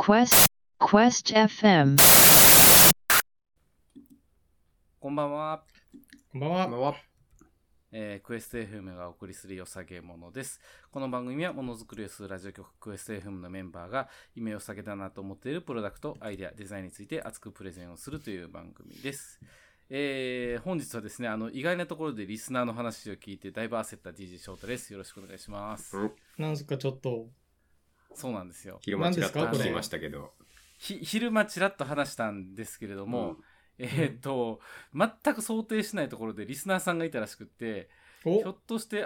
Quest FM。 こんばんは。 こんばんは。 こんばんは。 クエスト FM がお送りするよさげものです。この番組はものづくりをするラジオ局クエスト FM のメンバーが夢をさげだなと思っているプロダクト、アイデア、デザインについて熱くプレゼンをするという番組です。本日はですね、意外なところでリスナーの話を聞いてだいぶ焦った DJ 翔太です。よろしくお願いします。 なんすかちょっと。 そうなんですよ。 昼間ちらっと聞きましたけど。 昼間ちらっと話したんですけれども、全く想定しないところでリスナーさんがいたらしくって、ひょっとして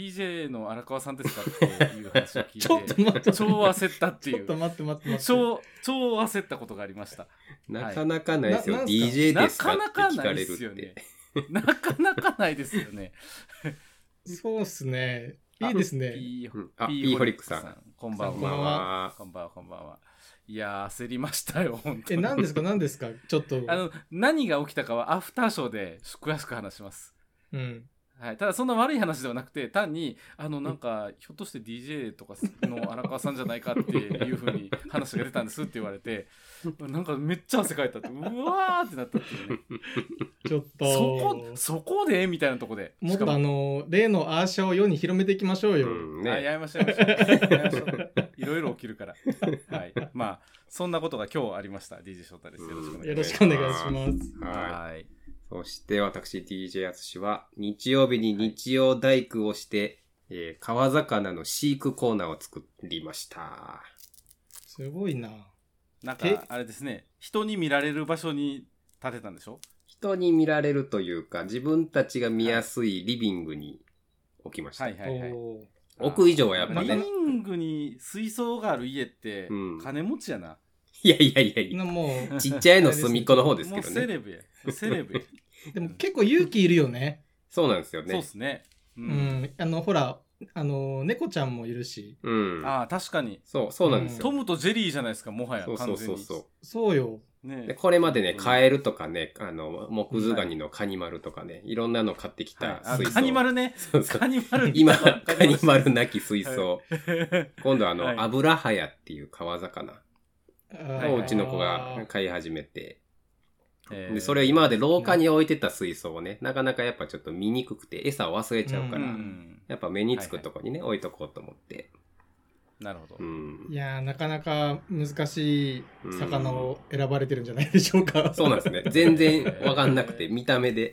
DJ の荒川さんですかっていう話を聞いてちょっと待って、 超焦ったっていうちょっと待って超焦ったことがありました。 なかなかないですよ、 はい、 DJ ですかってなかなか聞かれないですよるって。 ね。なかなかないですよね。 そうっすね。いいですね。 P ホリックさん。 こんばんこんばんは。 は。 こんばんは、こんばんは。いやー、焦りましたよ、本当に。 何ですかちょっと。 何が起きたかはアフターショーで詳しく話します。 うん。 はい、ただそんな悪い話ではなくて、単になんかひょっとして DJ とかの荒川さんじゃないかっていう風に話が出たんですって言われて、なんかめっちゃ汗かいたって、うわーってなったっていうね。 ちょっとそこでみたいなとこでもっと例のアーシャを世に広めていきましょうよ。 ね、やりましょういろいろ起きるから。はい。まあそんなことが今日ありました。 DJ 翔太です。よろしくお願いします。 よろしくお願いします。 はい。そして私 DJ あつしは日曜日に日曜大工をして、川魚の飼育コーナーを作りました。 すごいな。 なんかあれですね、人に見られる場所に建てたんでしょ？ 人に見られるというか自分たちが見やすいリビングに置きました。 はいはいはい。 置く以上はやっぱね。 リビングに水槽がある家って金持ちやな。 いやもうちっちゃいの隅っこの方ですけどね。 もうセレブや。 でも結構勇気いるよね。 そうなんですよね。 そうですね。 ほら猫ちゃんもいるし。 ああ確かに。 そうなんですよ。 トムとジェリーじゃないですか、もはや完全に。 そうよ。 でこれまでね、カエルとかね、モクズガニのカニマルとかね、いろんなの買ってきた水槽。 カニマルね。カニマル。 今、カニマルなき水槽。今度アブラハヤっていう川魚をうちの子が飼い始めて、でそれを今まで廊下に置いてた水槽をね、なかなかやっぱちょっと見にくくて餌を忘れちゃうから、やっぱ目につくとこにね、置いとこうと思って。 なるほど。 いやー、なかなか難しい魚を選ばれてるんじゃないでしょうか。 そうなんですね。全然わかんなくて、見た目で。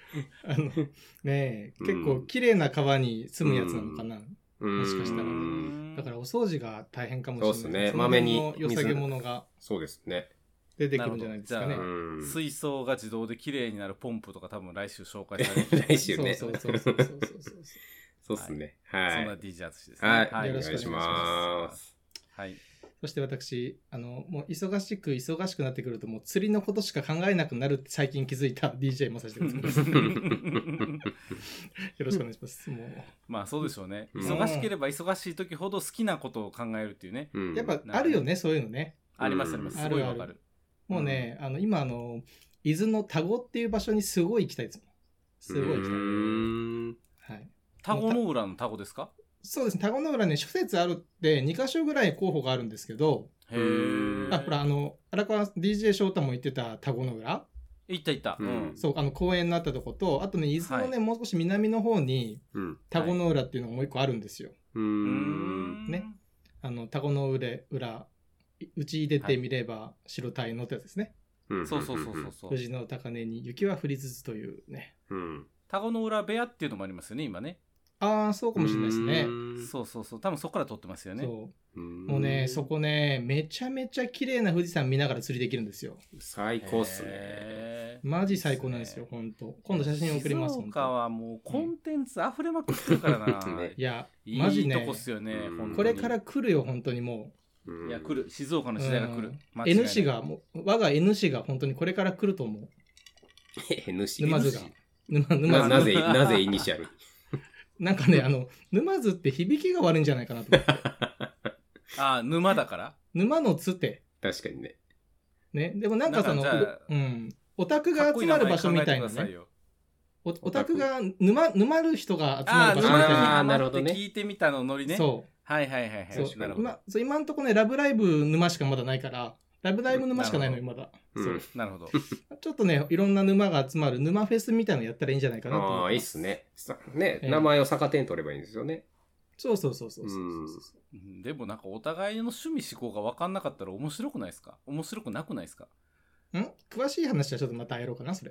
ねえ、結構綺麗な川に住むやつなのかな。もしかしたら。だからお掃除が大変かもしれない。 そうですね。まめに良さげものが。 そうですね。 出てくるんじゃないですかね。 水槽が自動で綺麗になるポンプとか多分来週紹介される。 来週ね。 そうですね。はい。 そんな DJ あつしですね。 はい。よろしくお願いします。 はい。 そして私、もう忙しくなってくると、もう釣りのことしか考えなくなるって最近気づいた DJ もさせてください。よろしくお願いします。もうまあそうでしょうね。忙しければ忙しい時ほど好きなことを考えるっていうね。 やっぱあるよね、そういうのね。 ありますあります。すごいわかる。 もうね、今伊豆の田子っていう場所にすごい行きたいですもん。すごい行きたい。はい。 田子の浦の田子ですか？ そうですね。田子の浦ね、諸説あるって2カ所ぐらい候補があるんですけど。 へー。 ほら荒川 DJ 翔太も言ってた田子の浦。 行った。 そう、公園になったとこと、あとね、伊豆のね、もう少し南の方に田子の浦っていうのがもう一個あるんですよ。ね。田子の浦。うち出てみれば白鯛のってやつですね。 そう。 藤の高根に雪は降りつつというね。 田子の浦部屋っていうのもありますよね、今ね。 ああ、そうかもしれないですね。 そう。多分そこから撮ってますよね。 そう。もうね、そこね、めちゃめちゃ綺麗な富士山見ながら釣りできるんですよ。 最高っすね。 マジ最高なんですよ、本当。今度写真送ります。 静岡はもうコンテンツ溢れまくってるからな。 いや、マジね。 いいとこっすよね。 これから来るよ、本当にもう。 いや来る、静岡の時代が来る。 N 市が我が N 市が本当にこれから来ると思う。 N 市。 沼津が。 なぜイニシャル。 なんかね、沼津って響きが悪いんじゃないかなと思って。 ああ、沼だから。 沼のつて。 確かにね。 ね、でもなんかオタクが集まる場所みたいなね。オタクが沼る人が集まる場所みたいな。 なるほどね。聞いてみたのノリね。 そう。 はいはいはいはい。 そうなるほど。 今んとこね、ラブライブ沼しかまだないから、ラブライブ沼しかないのよ、まだ。そう。 なるほど。 ちょっとね、いろんな沼が集まる沼フェスみたいなのやったらいいんじゃないかなと思ってます。 ああ、いいっすね。ね、名前を逆手に取ればいいんですよね。 そうそうそうそう。 でもなんかお互いの趣味思考が分かんなかったら面白くないですか？面白くなくないですか？ 詳しい話はちょっとまたやろうかな、それ。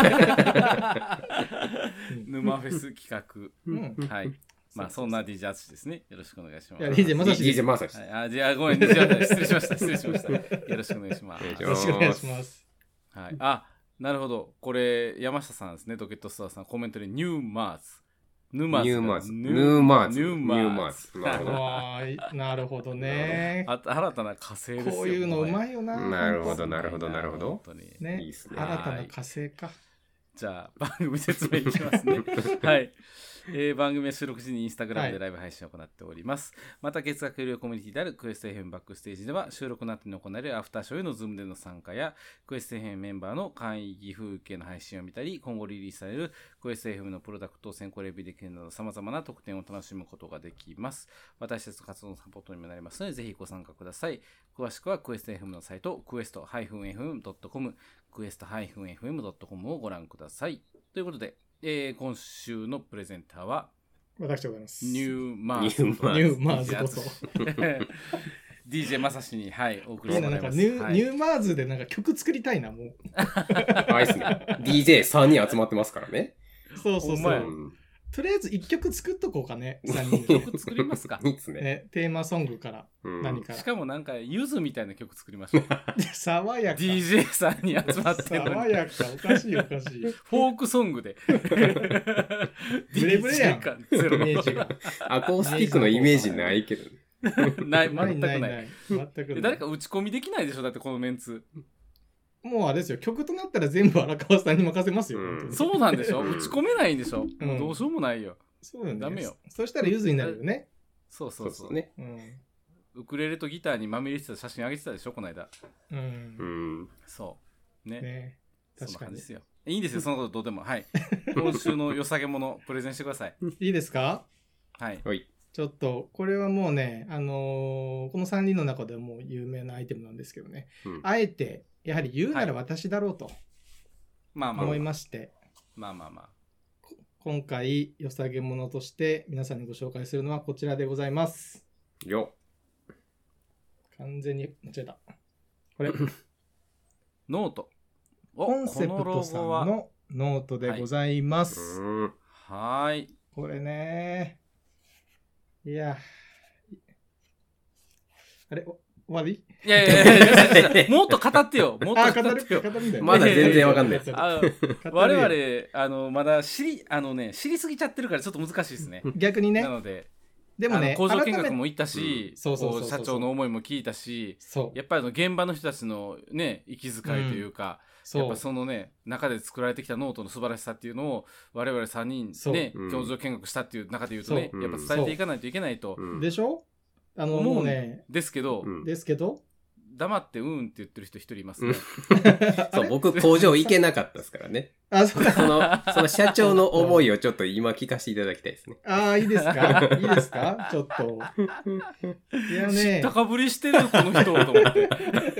沼フェス企画。はい。まあそんな DJ 淳ですね。よろしくお願いします。 いや、DJ まさし。 DJ まさし。 じゃあごめん、DJ 失礼しました。失礼しました。よろしくお願いします。 よろしくお願いします。 はい。あ、なるほど。これ、山下さんですね。ドケットスターさん、コメントでニューマーズ。 ニューマーズ。 なるほどね。 新たな火星ですよ。 こういうのうまいよな。 なるほど。本当に。ね。いいですね。新たな火星か。 じゃあ、番組説明いきますね。はい。番組は収録時にインスタグラムでライブ配信を行っております。また、月額有料コミュニティであるクエスト FM バックステージでは、収録の後に行われるアフターショーへのズームでの参加や、クエスト FM メンバーの会議風景の配信を見たり、今後リリースされるクエスト FM のプロダクトを先行レビューできるなど、様々な特典を楽しむことができます。私たちの活動のサポートにもなりますので、ぜひご参加ください。詳しくはクエスト FM のサイト、quest-fm.com、quest-fm.com をご覧ください。ということで、今週のプレゼンターは私でございます。 ニューマーズこそDJ まさしに、はい、お送りしてもらいます。 ニューマーズでなんか曲作りたいな、もう。 あいですね。DJ3 人集まってますからね。 そう。とりあえず1曲作っとこうかね。3 人曲作りますか。 いいですね。 テーマソングから何か。 しかもなんかゆずみたいな曲作りましょう。 爽やか。 DJ さんに集まって爽やか。おかしい。フォークソングで。 ブレブレやん。 ゼロイメージが。 アコースティックのイメージないけどね。 ない、全くない。 全くない。 誰か打ち込みできないでしょ、だってこのメンツ。 もうあれですよ、曲となったら全部荒川さんに任せますよ。 そうなんでしょ、打ち込めないんでしょ、どうしようもないよ。 そうなんダメよ。 そしたらゆずになるよね。 そうね。ウクレレとギターにまみれてた写真あげてたでしょ、この間。そうね。 確かにですよ。いいんですよ、そのことどうでも。はい。今週の良さげものプレゼンしてください。 いいですか？ はい。 ちょっとこれはもうね、この3人の中ではもう有名なアイテムなんですけどね、あえてやはり言うなら私だろうと思いまして、今回良さげものとして皆さんにご紹介するのはこちらでございます。完全に間違えた。これノート。 コンセプトさんのノートでございます。 はい。 これね。いや。あれ終わり？ いやもっと語ってよ。もっと語ってよ。 まだ全然わかんない。 我々、まだ知りすぎちゃってるからちょっと難しいですね。 逆にね。 なので。 でもね、 工場見学も行ったし、社長の思いも聞いたし、やっぱり現場の人たちのね、息遣いというか、やっぱそのね、中で作られてきたノートの素晴らしさっていうのを、我々3人ね、工場見学したっていう中で言うとね、やっぱ伝えていかないといけないと。 でしょ？ 思うね。ですけど、黙ってって言ってる人一人いますね。 そう、僕工場行けなかったですからね。 そうか。 その社長の思いをちょっと今聞かせていただきたいですね。 いいですか？いいですか？ちょっと。いやね。 高ぶりしてるこの人と思って。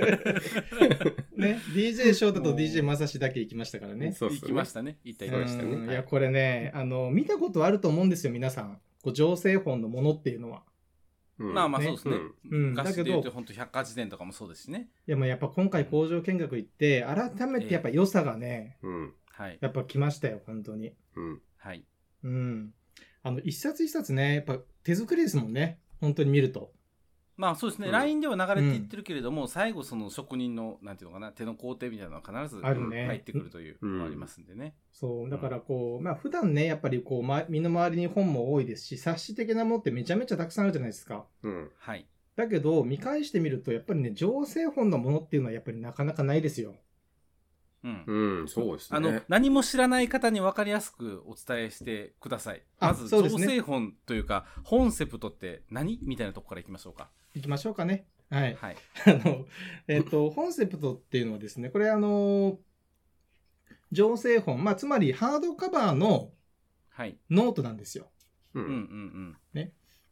ね、DJ 翔太と DJ まさしだけ行きましたからね。 行きましたね。行きましたね。 いや、これね、見たことあると思うんですよ、皆さん。醸成本のものっていうのは。 まあそうですね。だけど本当百科事典とかもそうですしね。 いややっぱ今回工場見学行って改めてやっぱ良さがね、やっぱ来ましたよ本当に。 はい。 一冊一冊ねやっぱ手作りですもんね本当に見ると。 まあそうですね、LINE では流れていってるけれども、最後その職人のなんていうのかな手の工程みたいなのが必ず入ってくるというのがありますんでね。 そうだから普段ねやっぱり身の回りに本も多いですし冊子的なものってめちゃめちゃたくさんあるじゃないですか。 はい。 だけど見返してみるとやっぱりね醸成本のものっていうのはやっぱりなかなかないですよ。 そうですね。 何も知らない方に分かりやすくお伝えしてください。まず醸成本というかコンセプトって何みたいなとこからいきましょうか。 いきましょうかね。はい。コンセプトっていうのはですね、これ醸成本、つまりハードカバーのノートなんですよ。 ね。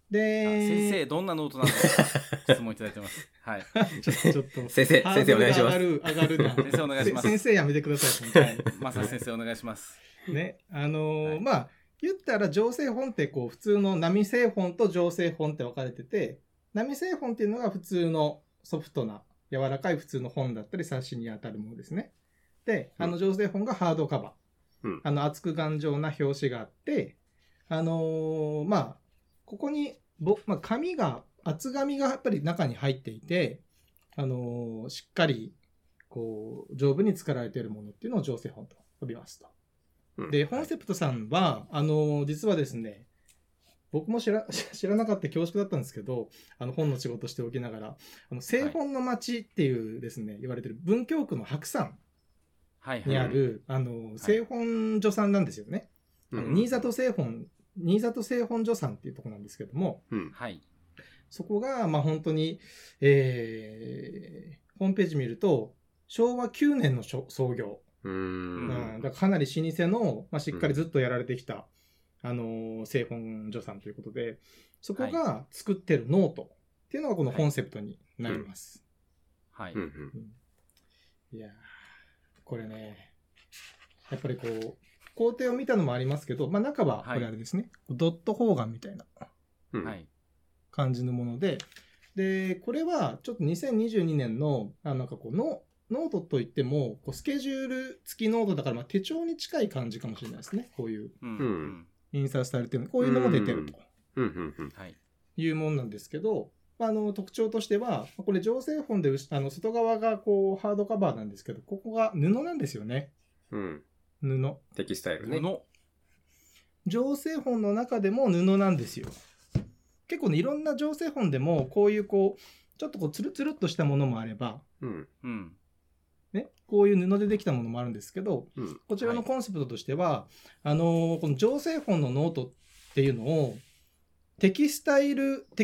で、 先生、どんなノートなのか質問いただいてます。はい。 ちょっと。 先生お願いします。 上がるな。 先生お願いします。 先生やめてください。 はい。まさ先生お願いします。 ね。まあ、言ったら情勢本ってこう、普通の波製本と情勢本って分かれてて、波製本っていうのが普通のソフトな、柔らかい普通の本だったり冊子に当たるものですね。で、情勢本がハードカバー。厚く頑丈な表紙があって、まあ、ここに、紙が、厚紙がやっぱり中に入っていて、しっかり、こう、丈夫に作られているものっていうのを情勢本と呼びますと。で、ホンセプトさんは、実はですね、僕も知らなかった恐縮だったんですけど、本の仕事しておきながら、製本の町っていうですね、言われてる文京区の白山にある、製本所さんなんですよね。新里製本所さんっていうところなんですけども、 はい。 そこが、まあ本当に、ホームページ見ると、昭和9年の創業。だからかなり老舗の、まあ、しっかりずっとやられてきた、製本所さんということで、そこが作ってるノートっていうのがこのコンセプトになります。 はい。 いやー、これね、やっぱりこう、工程を見たのもありますけど、まあ中はこれあれですね、ドット方眼みたいな感じのもので、で、これはちょっと2022年の、なんかこうノートといっても、こうスケジュール付きノートだから、まあ手帳に近い感じかもしれないですね。こういう、印刷されてる、こういうのも出てるというもんなんですけど、特徴としては、これ情勢本で外側がこうハードカバーなんですけど、ここが布なんですよね。布。 テキスタイルね。 情勢本の中でも布なんですよ。結構ね、いろんな情勢本でも、こういうこう、ちょっとこう、つるつるっとしたものもあれば、ね、こういう布でできたものもあるんですけど、こちらのコンセプトとしては、この情勢本のノートっていうのを、テキスタイルノ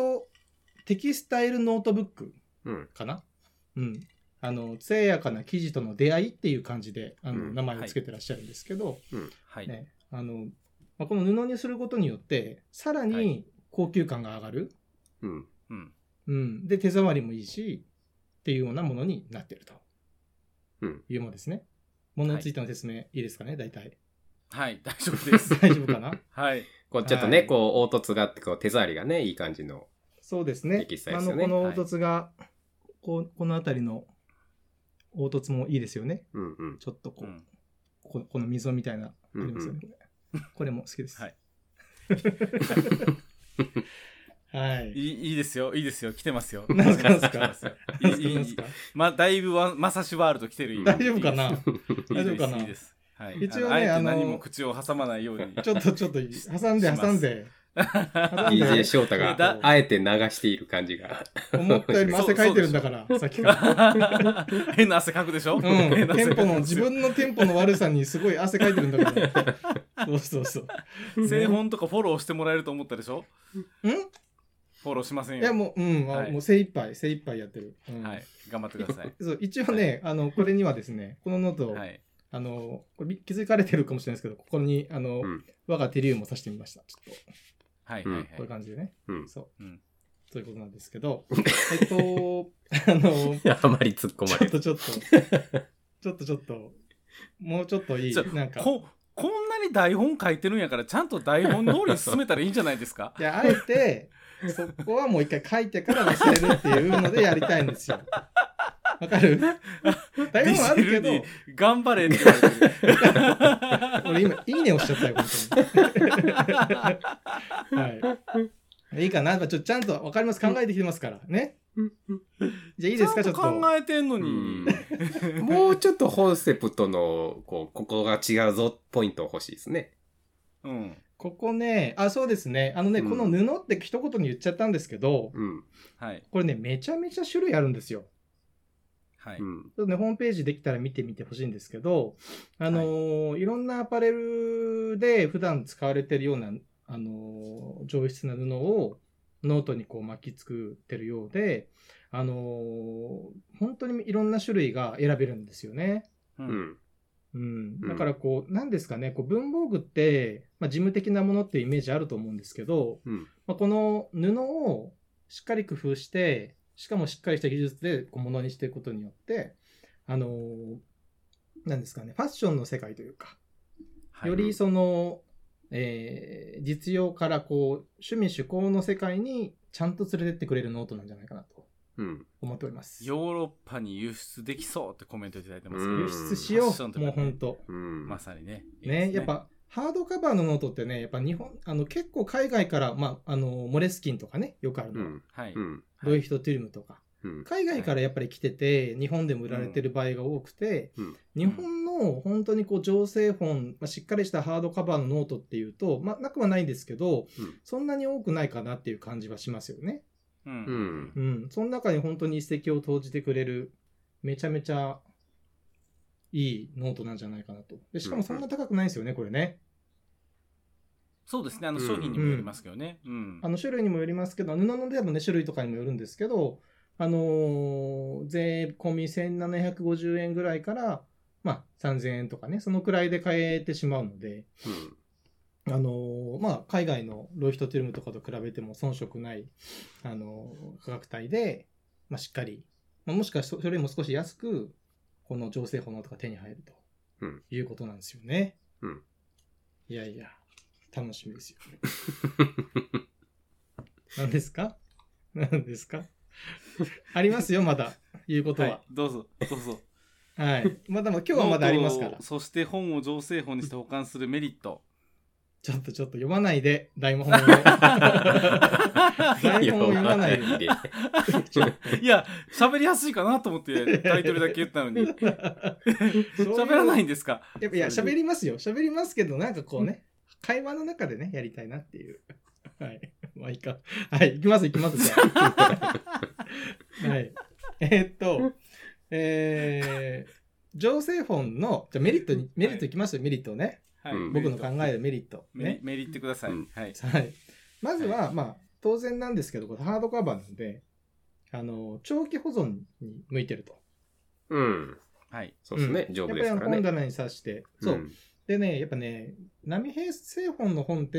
ートブックかな、艶やかな生地との出会いっていう感じで、名前を付けてらっしゃるんですけど、ね、この布にすることによって、さらに高級感が上がる。で、手触りもいいし、っていうようなものになっていると。いうものですね。ものについての説明、いいですかね、大体。 はい、大丈夫です。 大丈夫かなはい。 こうちょっとね、こう、凹凸があって、こう、手触りがね、いい感じの。 そうですね。この凹凸が、このあたりの凹凸もいいですよね。ちょっとこう、この溝みたいな、ありますよね。これも好きです。はい。はい。 いいですよ、いいですよ、来てますよ。 何すかだいぶまさしワールド来てる。 大丈夫かな大丈夫かな。 一応ね、何も口を挟まないように。 ちょっと、挟んで。 DJ 翔太が、あえて流している感じが。 思ったよりも汗かいてるんだから、さっきから。 変な汗かくでしょ。 自分のテンポの悪さにすごい汗かいてるんだから。そう。 製本とかフォローしてもらえると思ったでしょ。フォローしませんよ。 いや、もう精一杯やってる。 はい。頑張ってください。 そう、一応ね、これにはですね、このノート、これ気づかれてるかもしれないですけど、ここに、我が手竜もさしてみました。ちょっと。 はい。 こういう感じでね。そう。そういうことなんですけど、 あまり突っ込まれる。 ちょっと、もうちょっといい。なんか。 こんなに台本書いてるんやから、ちゃんと台本通りに進めたらいいんじゃないですか。 いや、あえて、そこはもう一回書いてから忘れるっていうのでやりたいんですよ。わかる？台本あるけど。 頑張れって言われてる。俺今、いいね押しちゃったよ、本当に。はい。いいかな？ちゃんとわかります。考えてきてますから。ね。じゃあいいですか？ちょっと。 考えてんのに。 もうちょっとコンセプトの、ここが違うぞ、ポイント欲しいですね。 ここね、そうですね。この布って一言に言っちゃったんですけど、これね、めちゃめちゃ種類あるんですよ。 はい。 ちょっとね、ホームページできたら見てみてほしいんですけど、いろんなアパレルで普段使われてるような、上質な布をノートにこう巻き作ってるようで、本当にいろんな種類が選べるんですよね。 だからこう、なんですかね、こう文房具って、まあ、事務的なものっていうイメージあると思うんですけど、まあ、この布をしっかり工夫して、しかもしっかりした技術でこう物にしていくことによって、なんですかね、ファッションの世界というか、よりその、実用からこう、趣味趣向の世界にちゃんと連れてってくれるノートなんじゃないかなと思っております。 ヨーロッパに輸出できそうってコメントいただいてます。 輸出しよう。もう本当。 まさにね。 ね、やっぱ、ハードカバーのノートってね、やっぱ日本、結構海外から、まあ、モレスキンとかね、よくあるの。はい。ロイヒトトゥルムとか。海外からやっぱり来てて、日本でも売られてる場合が多くて、日本の本当にこう、情勢本、まあ、しっかりしたハードカバーのノートっていうと、まあ、なくはないんですけど、そんなに多くないかなっていう感じはしますよね。その中に本当に一石を投じてくれる、めちゃめちゃいいノートなんじゃないかなと。でしかもそんな高くないんですよね、これね。 そうですね、商品にもよりますけどね。 種類にもよりますけど、布のでもね、種類とかにもよるんですけど、税込み1750円ぐらいから、まあ、3000円とかね、そのくらいで買えてしまうので、まあ、海外のロイヒトトゥルムとかと比べても遜色ない、価格帯で、まあ、しっかり、まあ、もしかしたらそれよりも少し安く、この情勢本とか手に入るということなんですよね。いやいや、楽しみですよね。何ですか何ですかありますよ、まだ、言うことは。 どうぞ、どうぞ。 はい。まだ今日はまだありますから。 そして本を情勢本にして保管するメリット。 ちょっと読まないで、台本を。台本を読まないで。 いや、喋りやすいかなと思ってタイトルだけ言ったのに。喋らないんですか？ いや、喋りますよ。喋りますけど、なんかこうね、会話の中でね、やりたいなっていう。はい。まあいいか。はい、行きます、じゃあ。はい。情勢本の、じゃあメリットいきますよ、メリットね。はい、僕の考えるメリット。 ね、メリットください。はい。 はい。まずは、まあ、当然なんですけど、これハードカバーなんで、長期保存に向いてると。 はい。 そうですね。丈夫ですからね。 やっぱり本棚に挿して。そう。でね、やっぱね、波平製本の本って、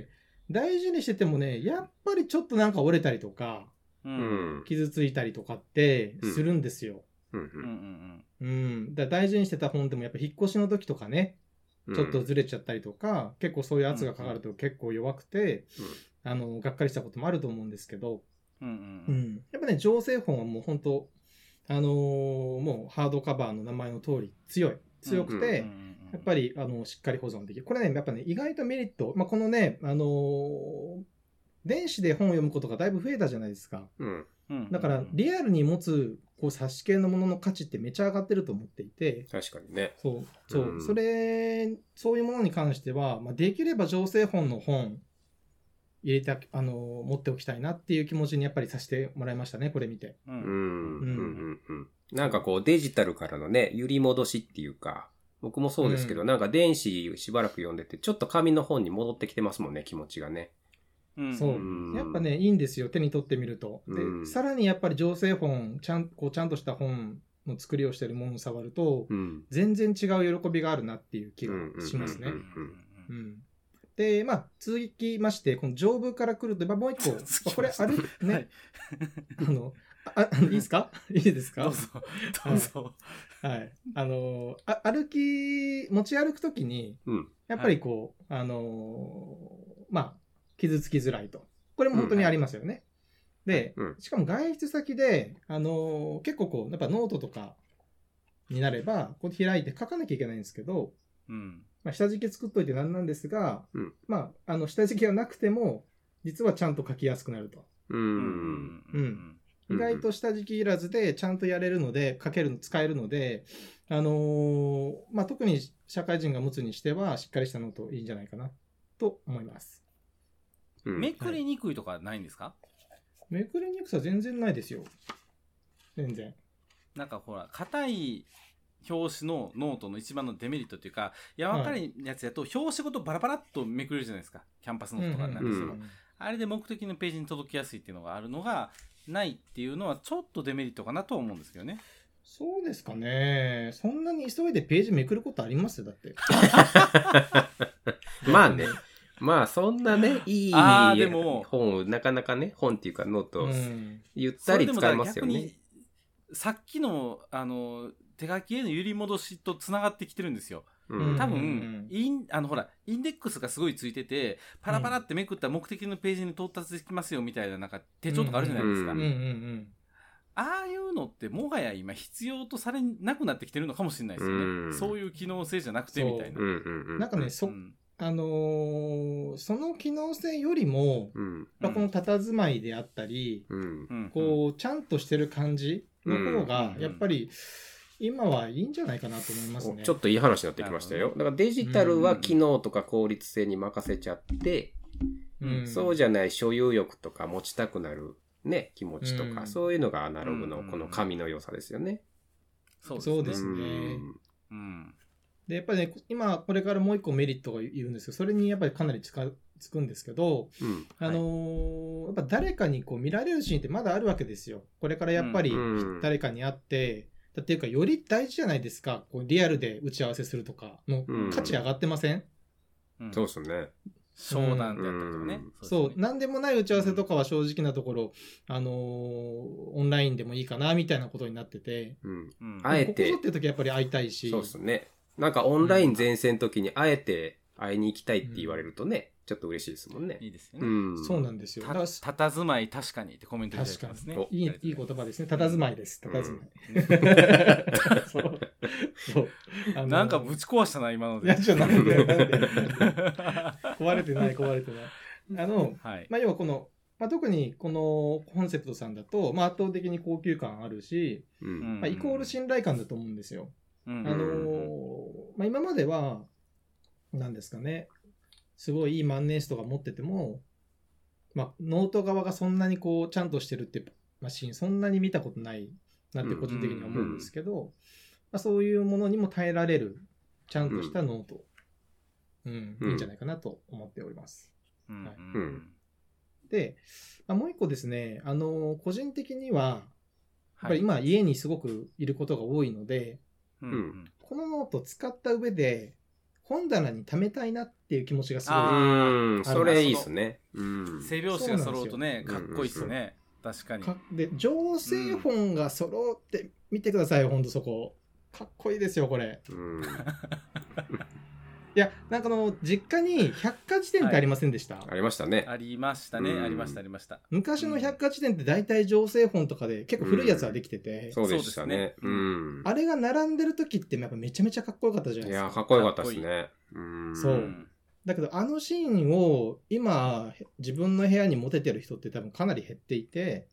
大事にしててもね、やっぱりちょっとなんか折れたりとか、傷ついたりとかってするんですよ。だ大事にしてた本でもやっぱ引っ越しの時とかね、ちょっとずれちゃったりとか、結構そういう圧がかかると結構弱くて、がっかりしたこともあると思うんですけど、やっぱね、情勢本はもう本当もうハードカバーの名前の通り強くて、やっぱりしっかり保存できる。これね、やっぱね、意外とメリット、まあ、このね、電子で本を読むことがだいぶ増えたじゃないですか。だからリアルに持つこう冊子系のものの価値ってめちゃ上がってると思っていて、 確かにね。 そういうものに関しては、まあ、できれば情勢本の本入れて持っておきたいなっていう気持ちにやっぱりさせてもらいましたね、これ見て。 なんかこうデジタルからのね、揺り戻しっていうか、僕もそうですけど、なんか電子しばらく読んでて、ちょっと紙の本に戻ってきてますもんね、気持ちがね。 そう。やっぱね、いいんですよ、手に取ってみると。で、さらにやっぱり情勢本、ちゃんとした本の作りをしてるものを触ると、全然違う喜びがあるなっていう気がしますね。で、まあ、続きまして、この丈夫から来ると、もう一個、これ、ね、いいですか？いいですか？ どうぞ。どうぞ。 はい。持ち歩くときに、やっぱりこう、まあ、傷つきづらいと。これも本当にありますよね。で、しかも外出先で、結構こう、やっぱノートとかになれば、こう開いて書かなきゃいけないんですけど、まあ、下敷き作っといてなんなんですが、まあ、下敷きがなくても、実はちゃんと書きやすくなると。意外と下敷きいらずでちゃんとやれるので、使えるので、まあ、特に社会人が持つにしては、しっかりしたノートいいんじゃないかな、と思います。 めくりにくいとかないんですか？ めくりにくさ全然ないですよ。全然。 なんかほら、硬い表紙のノートの一番のデメリットっていうか、柔らかいやつやと表紙ごとバラバラっとめくれるじゃないですか。キャンパスノートとかなんですけど、あれで目的のページに届きやすいっていうのがあるのがないっていうのはちょっとデメリットかなと思うんですけどね。 そうですかね。そんなに急いでページめくることありますだって。 まあね。まあそんなね、いい本、なかなかね、本っていうかノート、ゆったり使えますよね。 さっきの、手書きへの揺り戻しとつながってきてるんですよ。多分、ほら、インデックスがすごいついてて、パラパラってめくったら目的のページに到達できますよみたいな、なんか手帳とかあるじゃないですか。ああいうのってもはや今必要とされなくなってきてるのかもしれないですよね。そういう機能性じゃなくてみたいな。 なんかね、その機能性よりも、この佇まいであったり、こう、ちゃんとしてる感じの方が、やっぱり、今はいいんじゃないかなと思いますね。 ちょっといい話になってきましたよ。だからデジタルは機能とか効率性に任せちゃって、そうじゃない所有欲とか持ちたくなるね、気持ちとか、そういうのがアナログのこの紙の良さですよね。 そうですね。で、やっぱりね、今これからもう一個メリットが言うんですけど、それにやっぱりかなりつくんですけど、やっぱ誰かにこう見られるシーンってまだあるわけですよ。これからやっぱり誰かに会って、っていうかより大事じゃないですか。こうリアルで打ち合わせするとかの価値上がってません？ そうですね。 商談であったりとかね。 そう、なんでもない打ち合わせとかは正直なところ、オンラインでもいいかなみたいなことになってて、 あえて。 ここぞっていう時はやっぱり会いたいし。 そうですね。なんかオンライン前線の時にあえて会いに行きたいって言われるとね、ちょっと嬉しいですもんね。 いいですよね。 そうなんですよ。 たたずまい確かにってコメントいただいてますね。 いい言葉ですね。たたずまいです。たたずまい。 そう。なんかぶち壊したな、今ので。 いや、なんで壊れてない。要はこの、特にこのコンセプトさんだと、圧倒的に高級感あるし、イコール信頼感だと思うんですよ。今までは、何ですかね、すごいいい万年筆とか持ってても、ノート側がそんなにこう、ちゃんとしてるってマシン、そんなに見たことないなって個人的には思うんですけど、そういうものにも耐えられる、ちゃんとしたノート、いいんじゃないかなと思っております。で、もう一個ですね、個人的には、やっぱり今家にすごくいることが多いので、このノートを使った上で本棚に貯めたいなっていう気持ちがすごいある。 それいいですね。 背表紙が揃うとね、かっこいいですね。確かに。 で、情勢本が揃って見てくださいよ、ほんとそこ。かっこいいですよ、これ。いや、なんか実家に百科事典ってありませんでした？ ありましたね。 ありましたね。ありました。 昔の百科事典って大体情勢本とかで結構古いやつはできてて。 そうでしたね。 あれが並んでる時ってやっぱめちゃめちゃかっこよかったじゃないですか。 いや、かっこよかったですね。 そう。だけどあのシーンを今自分の部屋に持ててる人って多分かなり減っていて。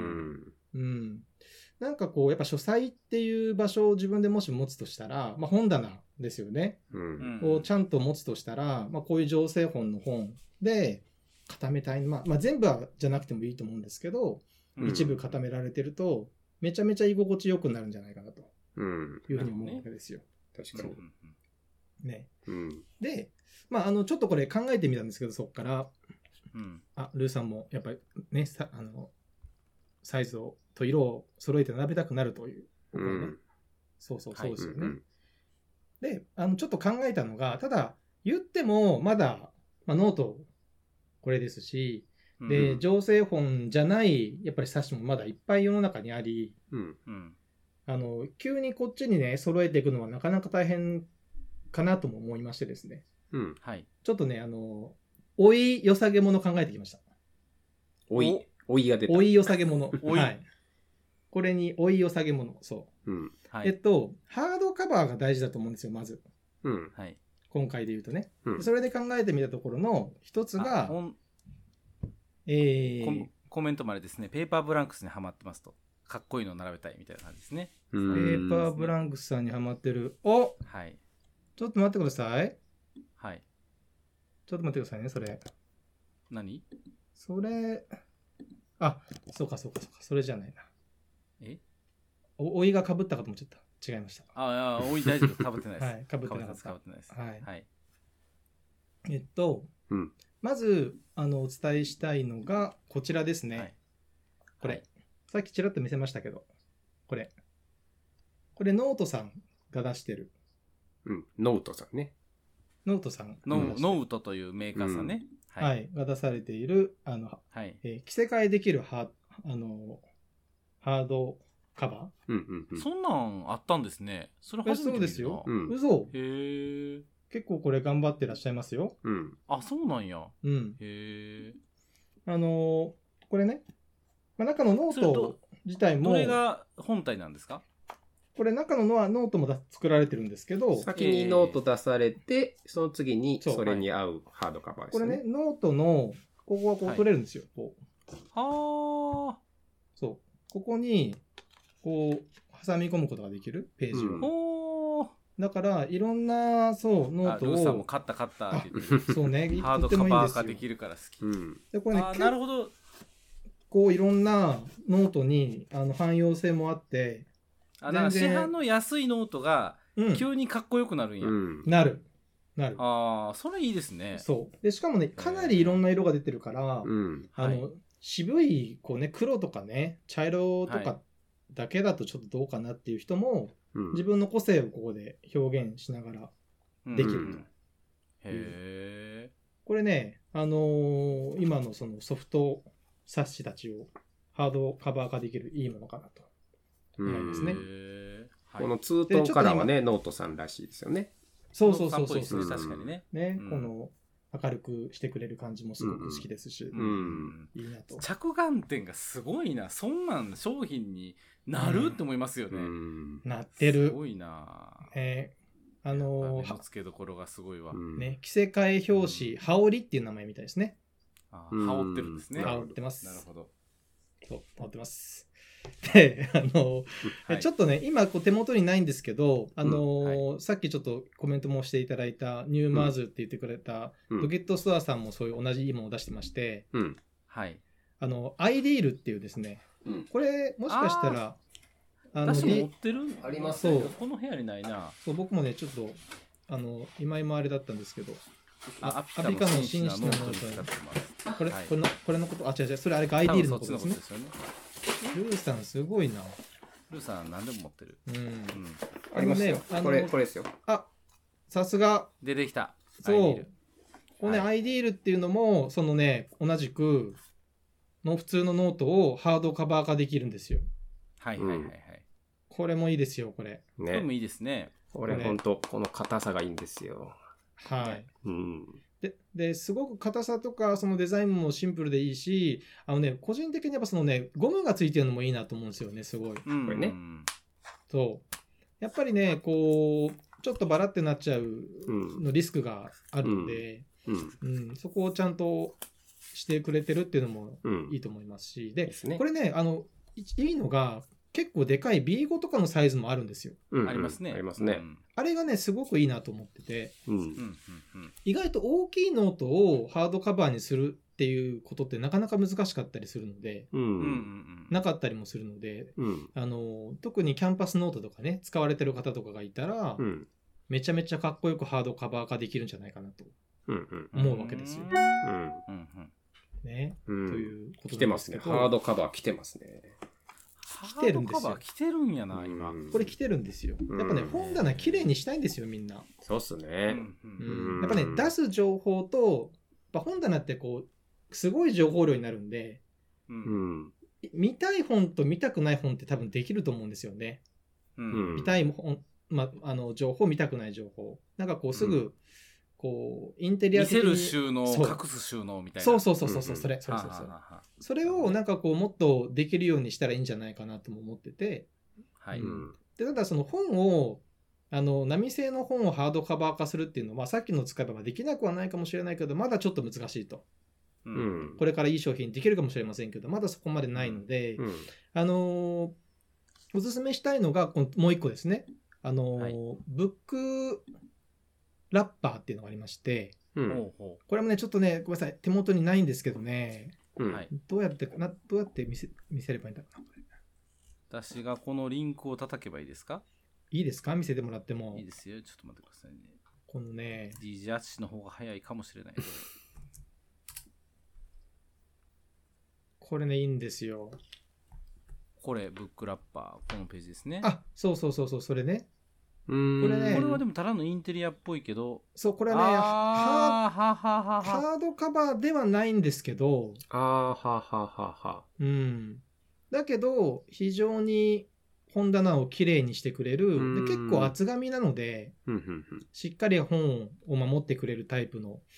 なんかこうやっぱ書斎っていう場所を自分でもし持つとしたら、本棚ですよね。をちゃんと持つとしたら、こういう情勢本の本で固めたい。全部はじゃなくてもいいと思うんですけど、一部固められてると、めちゃめちゃ居心地よくなるんじゃないかなというふうに思うわけですよ。 確かに。 ね。で、ちょっとこれ考えてみたんですけど、そこから、ルーさんもやっぱりね、サイズと色を揃えて並べたくなるという。そうですよね。で、ちょっと考えたのが、ただ、言っても、まだ、ノート、これですし、で、情勢本じゃない、やっぱり冊子もまだいっぱい世の中にあり、急にこっちにね、揃えていくのはなかなか大変かなとも思いましてですね。ちょっとね、追い良さげもの考えてきました。 追いが出た。 追い良さげもの。はい。これに追い良さげもの。そう。ハードカバーが大事だと思うんですよ、まず。今回で言うとね。それで考えてみたところの一つが、 コメントまでですね、ペーパーブランクスにハマってますと。かっこいいのを並べたいみたいな感じですね。 ペーパーブランクスさんにハマってる。お、はい。ちょっと待ってください。はい。ちょっと待ってくださいね、それ。 何？ それ、そうか。それじゃないな。おいが被ったかと思っちゃった。違いました。 おい大丈夫。被ってないです。 はい、被ってなかった。 被ってないです。 はい。まず、お伝えしたいのが、こちらですね。これ。さっきちらっと見せましたけど、これ。 これノートさんが出してる。 うん、ノートさんね。 ノートさん。 ノートというメーカーさんね。 はい。が出されている、 はい。 着せ替えできるハードカバー。そんなんあったんですね。それ初めて見た。そうですよ。 嘘。 へえ。 結構これ頑張ってらっしゃいますよ。 うん。あ、そうなんや。 うん。へえ。これね、中のノート自体も。 どれが本体なんですか？ これ中のノートも作られてるんですけど。 先にノート出されて、その次にそれに合うハードカバーですね。 これね、ノートの、ここがこう取れるんですよ。こう。 はあ。 そう。ここに、こう、挟み込むことができるページを。だから、いろんな、そう、ノートを。 ルーさんも買ったって言ってる。 そうね。 ハードカバー化できるから好き。 で、これね、 なるほど。 こう、いろんなノートに、汎用性もあって、 だから市販の安いノートが、急にかっこよくなるんや。 なる。 ああ、それいいですね。 そう。で、しかもね、かなりいろんな色が出てるから、渋い、こうね、黒とかね、茶色とかだけだとちょっとどうかなっていう人も、自分の個性をここで表現しながらできると。へえ。 これね、今のそのソフト冊子たちをハードカバー化できるいいものかなと思いますね。 このツートンカラーはね、ノートさんらしいですよね。 そう。 確かにね。 この明るくしてくれる感じもすごく好きですし、いいなと。 着眼点がすごいな。そんなん商品になるって思いますよね。 なってる。 すごいな。目の付けどころがすごいわ。 ね、着せ替え表紙、羽織っていう名前みたいですね。 羽織ってるんですね。 羽織ってます。 なるほど。 そう、羽織ってます。で、ちょっとね、今手元にないんですけど、さっきちょっとコメントもしていただいたニューマーズって言ってくれた、ドゲットストアさんもそういう同じいいものを出してまして、 はい。 アイディールっていうですね、これもしかしたら、 私も持ってるあります。 そう。この部屋にないな。 そう、僕もね、ちょっと、今あれだったんですけど、 アフリカの紳士のノートに使ってます。 これのこと、違う、それあれがアイディールのことですね。ルーさんすごいな。 ルーさん何でも持ってる。 ありますね。これですよ。 あ、さすが。 出てきた。 そう。このね、アイディールっていうのも、そのね、同じく、普通のノートをハードカバー化できるんですよ。 はい。 これもいいですよ、これ。 これもいいですね。 これほんと、この硬さがいいんですよ。 はい。で、すごく硬さとか、そのデザインもシンプルでいいし、個人的にやっぱそのね、ゴムがついてるのもいいなと思うんですよね、すごい。これね。 そう。やっぱりね、こう、ちょっとバラってなっちゃうのリスクがあるので、そこをちゃんとしてくれてるっていうのもいいと思いますし、で、これね、いいのが、結構でかい B5 とかのサイズもあるんですよ。 ありますね。 ありますね。 あれがね、すごくいいなと思ってて、意外と大きいノートをハードカバーにするっていうことってなかなか難しかったりするので、なかったりもするので、特にキャンパスノートとかね、使われてる方とかがいたら、めちゃめちゃかっこよくハードカバー化できるんじゃないかなと思うわけですよ。ね。ということ来てますね。ハードカバー来てますね。 来てるんですよ。 来てるんやな、今。 これ来てるんですよ。やっぱね、本棚綺麗にしたいんですよ、みんな。 そうっすね。 やっぱね、出す情報と、本棚ってこう、すごい情報量になるんで、見たい本と見たくない本って多分できると思うんですよね。見たい本、情報、見たくない情報。なんかこうすぐ、こうインテリア的に見せる収納、隠す収納みたいな。 そうそれそれをなんかこうもっとできるようにしたらいいんじゃないかなとも思ってて、でただその本を波製の本をハードカバー化するっていうのは、さっきの使えばできなくはないかもしれないけど、まだちょっと難しいと、これからいい商品できるかもしれませんけど、まだそこまでないので、おすすめしたいのがもう一個ですね。ブックラッパーっていうのがありまして、これもねちょっとねごめんなさい、手元にないんですけどね、どうやって見せればいいんだろうな。私がこのリンクを叩けばいいですか？ いいですか？見せてもらっても。 いいですよ。ちょっと待ってくださいね。 このね DJ アッシュの方が早いかもしれない。 これねいいんですよ。 これブックラッパーこのページですね。 あ、そうそれね。 これね、これはでもただのインテリアっぽいけど、 そう、これはね、ハードカバーではないんですけど、うん。だけど非常に本棚をきれいにしてくれる。で、結構厚紙なので、しっかり本を守ってくれるタイプの、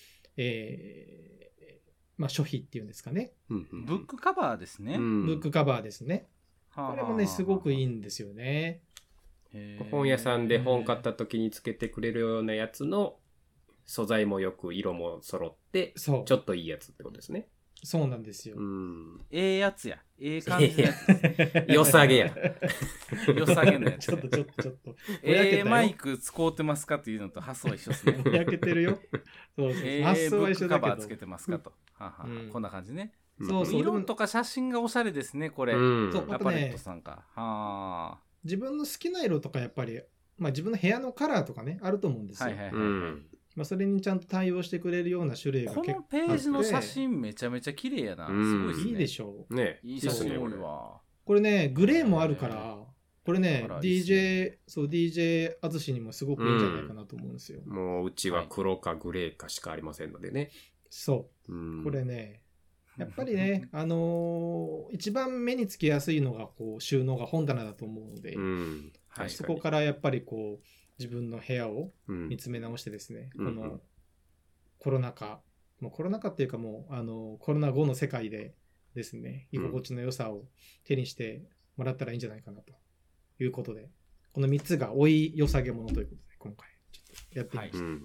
まあ書費っていうんですかね。 ブックカバーですね。 ブックカバーですね。これもね、すごくいいんですよね。 本屋さんで本買った時につけてくれるようなやつの素材もよく色も揃ってちょっといいやつってことですね。 そうなんですよ。 ええやつや。ええ感じのやつ。 良さげや。 良さげのやつ。 ちょっと。 ええマイク使うてますかっていうのと発想は一緒ですね。 焼けてるよ。そう発想は一緒だけど。カバーつけてますかと。こんな感じね。 そう色とか写真がおしゃれですね、これ。アパレットさんか。 自分の好きな色とかやっぱり、まあ自分の部屋のカラーとかね、あると思うんですよ。まあそれにちゃんと対応してくれるような種類が結構あって。 このページの写真めちゃめちゃ綺麗やな。すごいですね。 いいでしょう。ね、 いい写真多いわ。 これね、グレーもあるから、これね、DJ あずしにもすごくいいんじゃないかなと思うんですよ。 もううちは黒かグレーかしかありませんのでね。 そう。これね、やっぱりね、一番目につきやすいのがこう収納が本棚だと思うので、そこからやっぱりこう自分の部屋を見つめ直してですね、このコロナ禍、もうコロナ禍っていうかもうコロナ後の世界でですね、居心地の良さを手にしてもらったらいいんじゃないかなということで、この3つがおい良さげものということで今回ちょっとやってみました。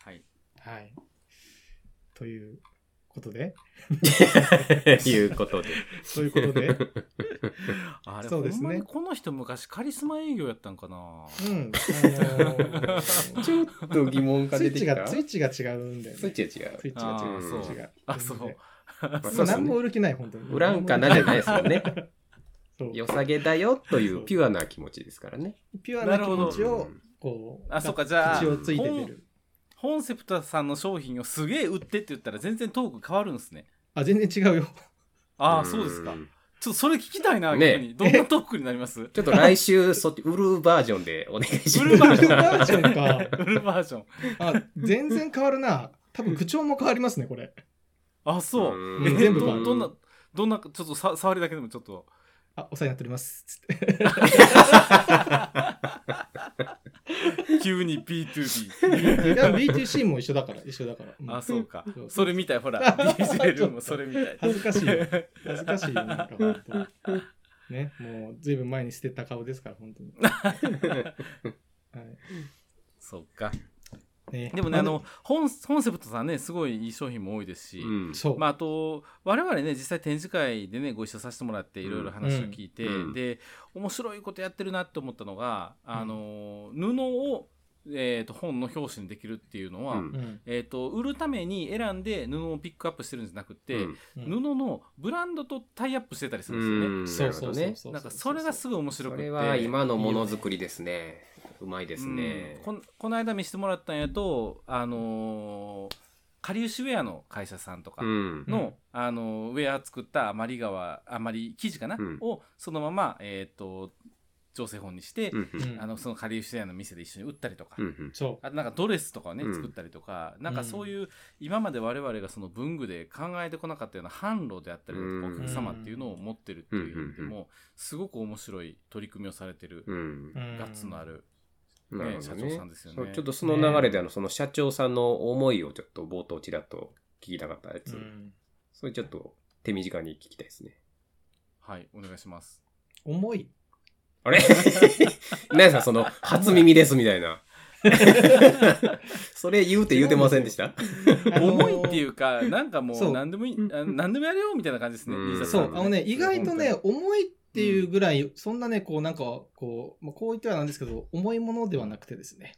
はい。ということでいうことでそういうことであれそうですね。この人昔カリスマ営業やったんかな。 ちょっと疑問が出てきた。 スイッチが違うんだよね。 スイッチが違う。 そう何も売る気ない本当に。 売らんかなじゃないですもんね。良さげだよというピュアな気持ちですからね。 ピュアな気持ちをこうそうかじゃあ口をついて出る。 コンセプトさんの商品をすげえ売ってって言ったら全然トーク変わるんですね。 全然違うよ。 そうですか。ちょっとそれ聞きたいな、逆に。どんなトークになります？ ちょっと来週そっち売るバージョンでお願いします。 売るバージョンか。売るバージョン。 全然変わるな。多分口調も変わりますね、これ。 そう。 全部変わる。 どんな、ちょっと触りだけでもちょっと。 お世話になっております。つって。 急に B2B。 B2C も一緒だから。 そうか。それみたい、ほら。DJ ルームもそれみたい。 恥ずかしい。なんか本当。ね、もうずいぶん前に捨てた顔ですから、本当に。 そうか。でもね、コンセプトさんね、すごいいい商品も多いですし、あと我々ね、実際展示会でねご一緒させてもらっていろいろ話を聞いて、で面白いことやってるなって思ったのが、布を本の表紙にできるっていうのは、売るために選んで布をピックアップしてるんじゃなくて、布のブランドとタイアップしてたりするんですよね。そう。なんかそれがすごい面白くて、 それは今のものづくりですね。うまいですね。 この間見せてもらったんやと、かりゆしウェアの会社さんとかの、ウェア作った余り生地かな、をそのまま調整本にして、そのかりゆしウェアの店で一緒に売ったりとか、あとなんかドレスとかをね作ったりとか、なんかそういう今まで我々がその文具で考えてこなかったような販路であったりとか、お客様っていうのを持ってるっていう意味でもすごく面白い取り組みをされてる、ガッツのある社長さんですよね。 ちょっとその流れでその社長さんの思いをちょっと冒頭ちらっと聞きたかったやつ、それちょっと手短に聞きたいですね。 はい、お願いします。 思いあれ何ですかその初耳ですみたいなそれ言うてませんでした重いっていうか、なんかもう何でもやれよみたいな感じですね。 意外とね、重いっていうぐらい、そんなね、こうなんかこう言ってはなんですけど、重いものではなくてですね。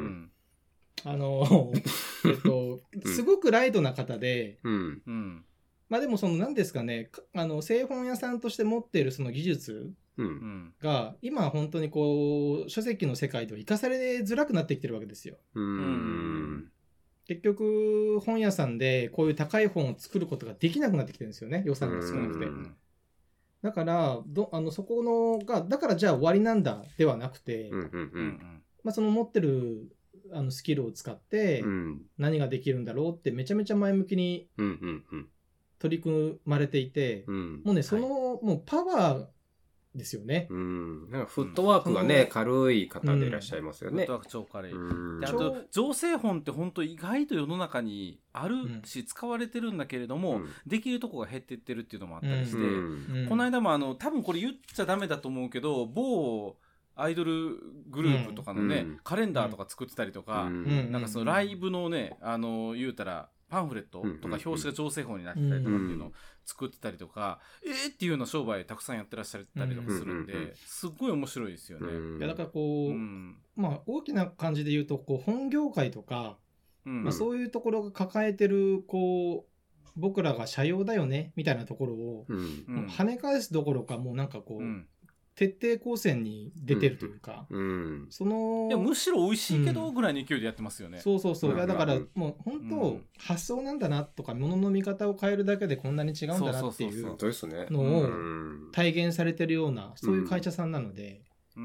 すごくライトな方で、まあでもその何ですかね、製本屋さんとして持っているその技術が今本当にこう書籍の世界では生かされづらくなってきてるわけですよ。結局本屋さんでこういう高い本を作ることができなくなってきてるんですよね、予算が少なくて。 だからそこのがだからじゃあ終わりなんだではなくて、まあ、その持ってるスキルを使って何ができるんだろうってめちゃめちゃ前向きに取り組まれていて、もうねその、もうパワーですよね。 なんかフットワークがね、軽い方でいらっしゃいますよね。 フットワーク超軽い。であと醸成本って本当意外と世の中にあるし、使われてるんだけれども、できるとこが減ってってるっていうのもあったりして、この間も多分これ言っちゃダメだと思うけど、某アイドルグループとかのね、カレンダーとか作ってたりとか、なんかそのライブのね、言うたらパンフレットとか表紙が醸成本になってたりとかっていうのを作ってたりとか、っていうような商売たくさんやってらっしゃったりとかするんで、すっごい面白いですよね。 いやだからこう、まあ大きな感じで言うとこう本業界とか、まあ、そういうところが抱えてるこう僕らが社用だよねみたいなところを、跳ね返すどころかもうなんかこう、徹底抗戦に出てるというか、そのいやむしろ美味しいけどぐらいの勢いでやってますよね。 そうそうそう。いやだからもう本当、発想なんだなとか物の見方を変えるだけでこんなに違うんだなっていうのを体現されてるようなそういう会社さんなので、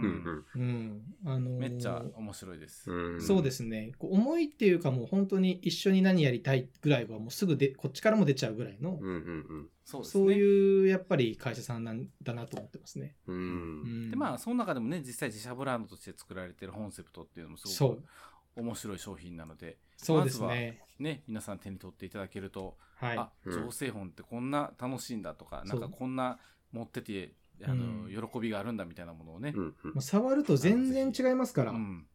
めっちゃ面白いです。 そうですね。こう思いっていうかもう本当に一緒に何やりたいぐらいはもうすぐこっちからも出ちゃうぐらいの、そういうやっぱり会社さんなんだなと思ってますね。 でまあその中でもね実際自社ブランドとして作られてるコンセプトっていうのもすごく面白い商品なので、 そうですね。 まずはね皆さん手に取っていただけると、醸成本ってこんな楽しいんだとか、なんかこんな持ってて喜びがあるんだみたいなものをね、 触ると全然違いますから、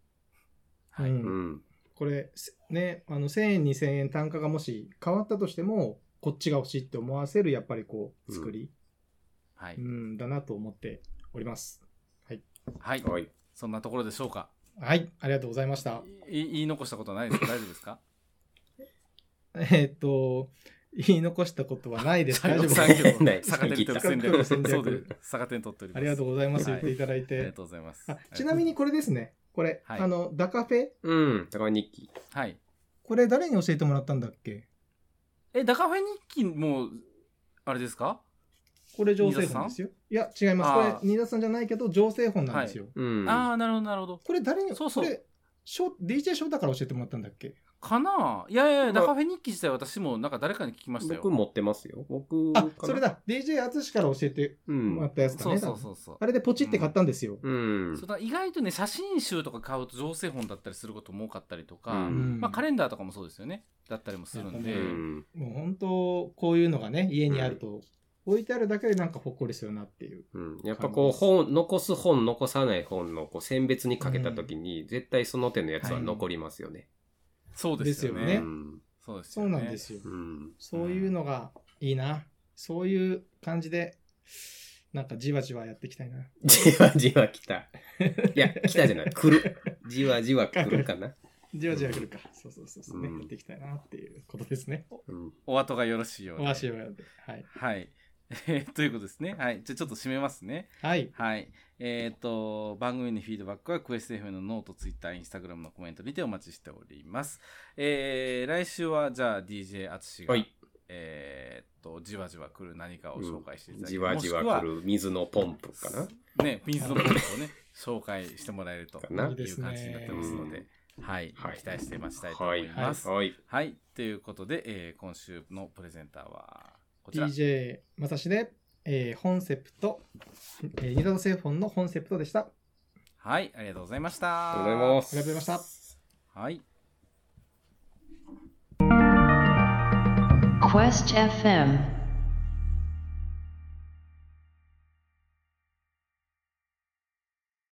これね1000円2000円単価がもし変わったとしてもこっちが欲しいって思わせるやっぱりこう作り、だなと思っております。 はい、そんなところでしょうか。 はい、ありがとうございました。 言い残したことはないですか？大丈夫ですか？ 言い残したことはないです。大丈夫です。逆転戦略。そうです。逆転取っております。 ありがとうございます。言っていただいて。 ありがとうございます。 ちなみにこれですね。これ、ダカフェ？ ダカフェ日記。 はい。 これ誰に教えてもらったんだっけ？ ダカフェ日記も、あれですか？ これ醸成本ですよ。いや、違います。これ、新田さんじゃないけど、醸成本なんですよ。 なるほど、なるほど。 これ誰に、これ、DJ 翔太から教えてもらったんだっけ？ かな？いや、ダカフェ日記自体私もなんか誰かに聞きましたよ。 僕持ってますよ。 それだ。DJ 淳から教えてもらったやつだね。そう。あれでポチって買ったんですよ。 そうだ、意外とね、写真集とか買うと醸成本だったりすることも多かったりとか、まあカレンダーとかもそうですよね。だったりもするんで。 もう本当こういうのがね、家にあると、置いてあるだけでなんかほっこりするなっていう。 やっぱこう残す本残さない本のこう選別にかけたときに、絶対その手のやつは残りますよね。 そうですよね。 そうなんですよ。そういうのがいいな。そういう感じでなんかじわじわやっていきたいな。 じわじわ来た。いや来たじゃない。来る。じわじわ来るかな。 じわじわ来るか。そうね。やっていきたいなっていうことですね。 お後がよろしいようで。 お足をやって。 はい。ということですね。はい。じゃあちょっと締めますね。 はい。 はい。番組のフィードバックはクエスト FM のノート、ツイッター、インスタグラムのコメントにてお待ちしております。来週はじゃあ DJ あつしが、じわじわ来る何かを紹介していただきます。 じわじわ来る水のポンプかな。 ね、水のポンプをね、紹介してもらえるという感じになってますので、はい。期待して待ちたいと思います。はい。ということで、今週のプレゼンターはこちら。 DJ まさしで、コンセプト、ニダド製本のコンセプトでした。 はい、ありがとうございました。 ありがとうございます。 ありがとうございました。 はい。 Quest FM